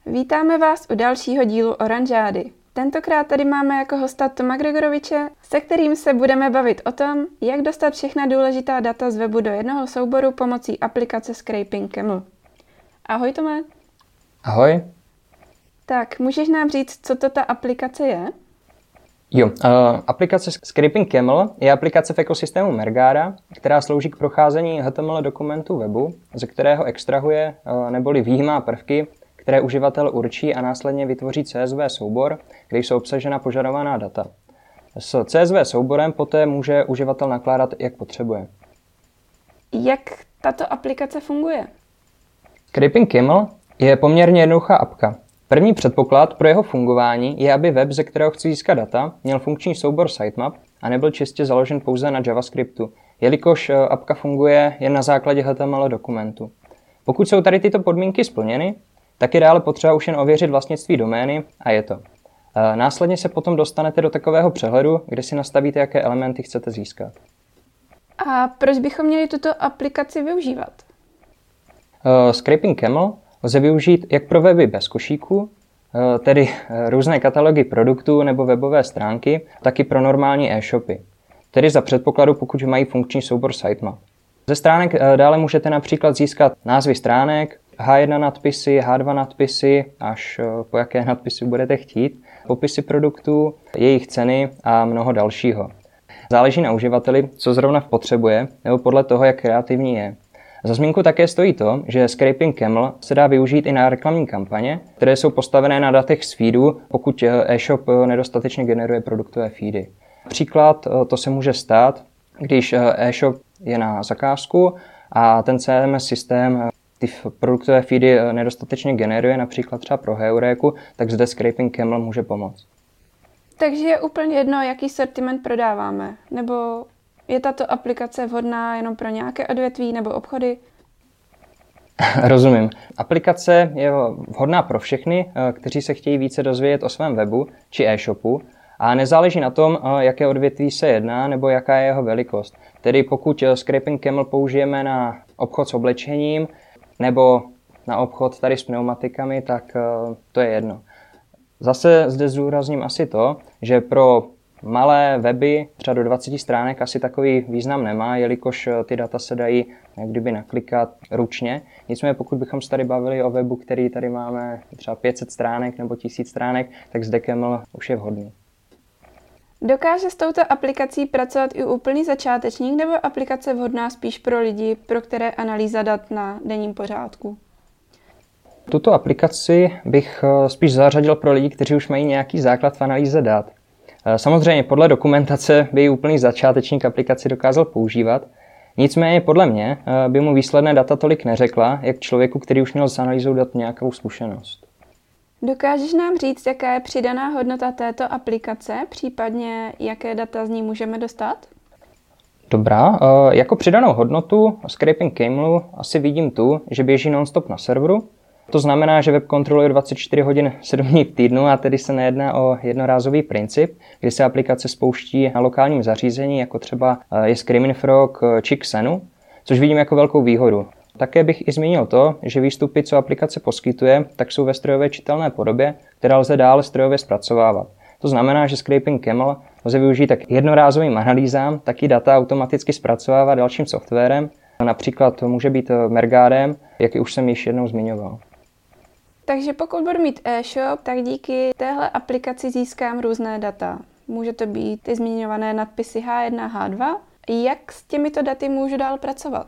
Vítáme vás u dalšího dílu Oranžády. Tentokrát tady máme jako hosta Toma Gregoroviče, se kterým se budeme bavit o tom, jak dostat všechna důležitá data z webu do jednoho souboru pomocí aplikace Scraping Camel. Ahoj Tome. Ahoj. Tak, můžeš nám říct, co to ta aplikace je? Jo, aplikace Scraping Camel je aplikace v ekosystému Mergada, která slouží k procházení HTML dokumentu webu, ze kterého extrahuje neboli vyjímá prvky, které uživatel určí a následně vytvoří CSV soubor, kde jsou obsažena požadovaná data. S CSV souborem poté může uživatel nakládat, jak potřebuje. Jak tato aplikace funguje? Scraping Camel je poměrně jednoduchá apka. První předpoklad pro jeho fungování je, aby web, ze kterého chci získat data, měl funkční soubor sitemap a nebyl čistě založen pouze na JavaScriptu, jelikož apka funguje jen na základě HTML dokumentu. Pokud jsou tady tyto podmínky splněny, tak je dále potřeba už jen ověřit vlastnictví domény a je to. Následně se potom dostanete do takového přehledu, kde si nastavíte, jaké elementy chcete získat. A proč bychom měli tuto aplikaci využívat? Scraping Camel lze využít jak pro weby bez košíku, tedy různé katalogy produktů nebo webové stránky, tak i pro normální e-shopy, tedy za předpokladu, pokud mají funkční soubor sitemap. Ze stránek dále můžete například získat názvy stránek, H1 nadpisy, H2 nadpisy, až po jaké nadpisy budete chtít, popisy produktů, jejich ceny a mnoho dalšího. Záleží na uživateli, co zrovna potřebuje, nebo podle toho, jak kreativní je. Za zmínku také stojí to, že Scraping Camel se dá využít i na reklamní kampaně, které jsou postavené na datech z feedu, pokud e-shop nedostatečně generuje produktové feedy. Například to se může stát, když e-shop je na zakázku a ten CMS systém ty produktové feedy nedostatečně generuje, například třeba pro Heuréku, tak zde Scraping Camel může pomoct. Takže je úplně jedno, jaký sortiment prodáváme, nebo je tato aplikace vhodná jenom pro nějaké odvětví nebo obchody? Rozumím. Aplikace je vhodná pro všechny, kteří se chtějí více dozvědět o svém webu či e-shopu a nezáleží na tom, jaké odvětví se jedná nebo jaká je jeho velikost. Tedy pokud Scraping Camel použijeme na obchod s oblečením nebo na obchod tady s pneumatikami, tak to je jedno. Zase zde zdůrazním asi to, že pro malé weby, třeba do 20 stránek, asi takový význam nemá, jelikož ty data se dají kdyby naklikat ručně. Nicméně pokud bychom se tady bavili o webu, který tady máme třeba 500 stránek nebo 1000 stránek, tak zde Camel už je vhodný. Dokáže s touto aplikací pracovat i úplný začátečník nebo aplikace vhodná spíš pro lidi, pro které analýza dat na denním pořádku? Tuto aplikaci bych spíš zařadil pro lidi, kteří už mají nějaký základ v analýze dat. Samozřejmě podle dokumentace by i úplný začátečník aplikaci dokázal používat, nicméně podle mě by mu výsledné data tolik neřekla, jak člověku, který už měl s analýzou dat nějakou zkušenost. Dokážeš nám říct, jaká je přidaná hodnota této aplikace, případně jaké data z ní můžeme dostat? Dobrá, jako přidanou hodnotu Scraping Camelu asi vidím tu, že běží non-stop na serveru. To znamená, že web kontroluje 24 hodin 7 dní v týdnu a tedy se nejedná o jednorázový princip, kdy se aplikace spouští na lokálním zařízení, jako třeba je Screaming Frog či Xenu, což vidím jako velkou výhodu. Také bych i zmínil to, že výstupy, co aplikace poskytuje, tak jsou ve strojově čitelné podobě, která lze dále strojově zpracovávat. To znamená, že Scraping Camel lze využít tak jednorázovým analýzám, tak i data automaticky zpracovávat dalším softwarem, například to může být Mergadem, jak už jsem již jednou zmiňoval. Takže pokud budu mít e-shop, tak díky téhle aplikaci získám různé data. Může to být ty zmiňované nadpisy H1, H2. Jak s těmito daty můžu dál pracovat?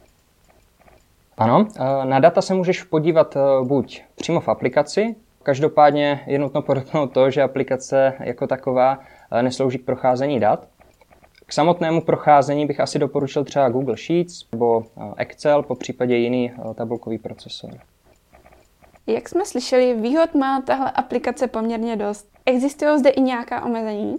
Ano, na data se můžeš podívat buď přímo v aplikaci, každopádně je nutno podotknout to, že aplikace jako taková neslouží k procházení dat. K samotnému procházení bych asi doporučil třeba Google Sheets nebo Excel, popřípadě jiný tabulkový procesor. Jak jsme slyšeli, výhod má tahle aplikace poměrně dost. Existují zde i nějaká omezení?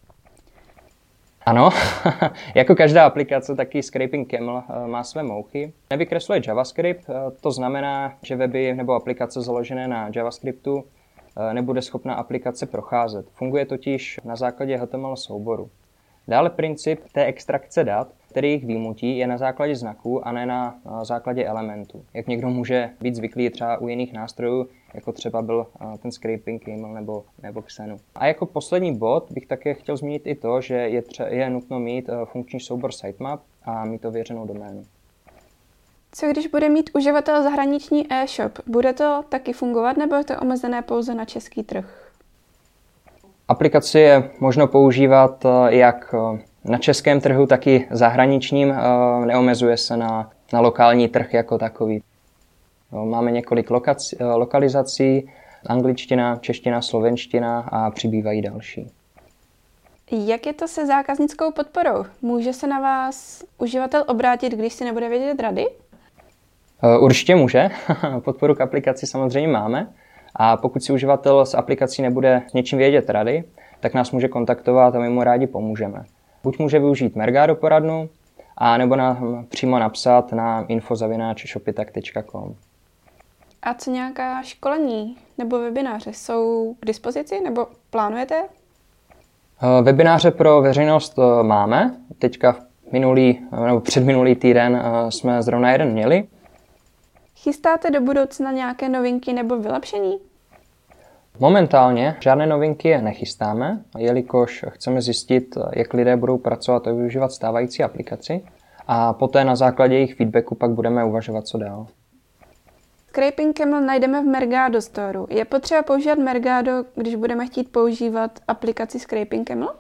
Ano, jako každá aplikace, taky Scraping Camel má své mouchy. Nevykresluje JavaScript, to znamená, že weby nebo aplikace založené na JavaScriptu nebude schopna aplikace procházet. Funguje totiž na základě HTML souboru. Dále princip té extrakce dat Tedy jejich výjimutí je na základě znaků a ne na základě elementů. Jak někdo může být zvyklý třeba u jiných nástrojů, jako třeba byl ten scraping camel nebo Xenu. A jako poslední bod bych také chtěl zmínit i to, že je nutno mít funkční soubor sitemap a mít ověřenou doménu. Co když bude mít uživatel zahraniční e-shop? Bude to taky fungovat, nebo je to omezené pouze na český trh? Aplikaci je možno používat jak na českém trhu, tak i zahraničním. Neomezuje se na lokální trh jako takový. Máme několik lokalizací, angličtina, čeština, slovenština a přibývají další. Jak je to se zákaznickou podporou? Může se na vás uživatel obrátit, když si nebude vědět rady? Určitě může. Podporu k aplikaci samozřejmě máme. A pokud si uživatel s aplikací nebude s něčím vědět rady, tak nás může kontaktovat a my mu rádi pomůžeme. Buď může využít Mergado poradnu, a nebo nám přímo napsat na info@shopytak.com. A co nějaká školení nebo webináře jsou k dispozici nebo plánujete? Webináře pro veřejnost máme. Teďka předminulý týden jsme zrovna jeden měli. Chystáte do budoucna nějaké novinky nebo vylepšení? Momentálně žádné novinky nechystáme, jelikož chceme zjistit, jak lidé budou pracovat a využívat stávající aplikaci a poté na základě jejich feedbacku pak budeme uvažovat, co dál. Scraping Camel najdeme v Mergado Storeu. Je potřeba používat Mergado, když budeme chtít používat aplikaci Scraping Camel?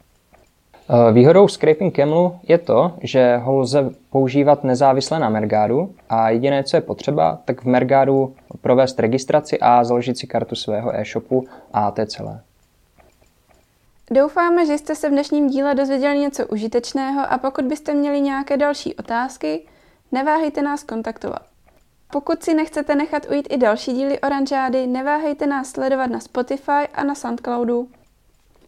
Výhodou Scraping Camelu je to, že ho lze používat nezávisle na Mergadu a jediné, co je potřeba, tak v Mergadu provést registraci a založit si kartu svého e-shopu a to je celé. Doufáme, že jste se v dnešním díle dozvěděli něco užitečného a pokud byste měli nějaké další otázky, neváhejte nás kontaktovat. Pokud si nechcete nechat ujít i další díly Oranžády, neváhejte nás sledovat na Spotify a na Soundcloudu.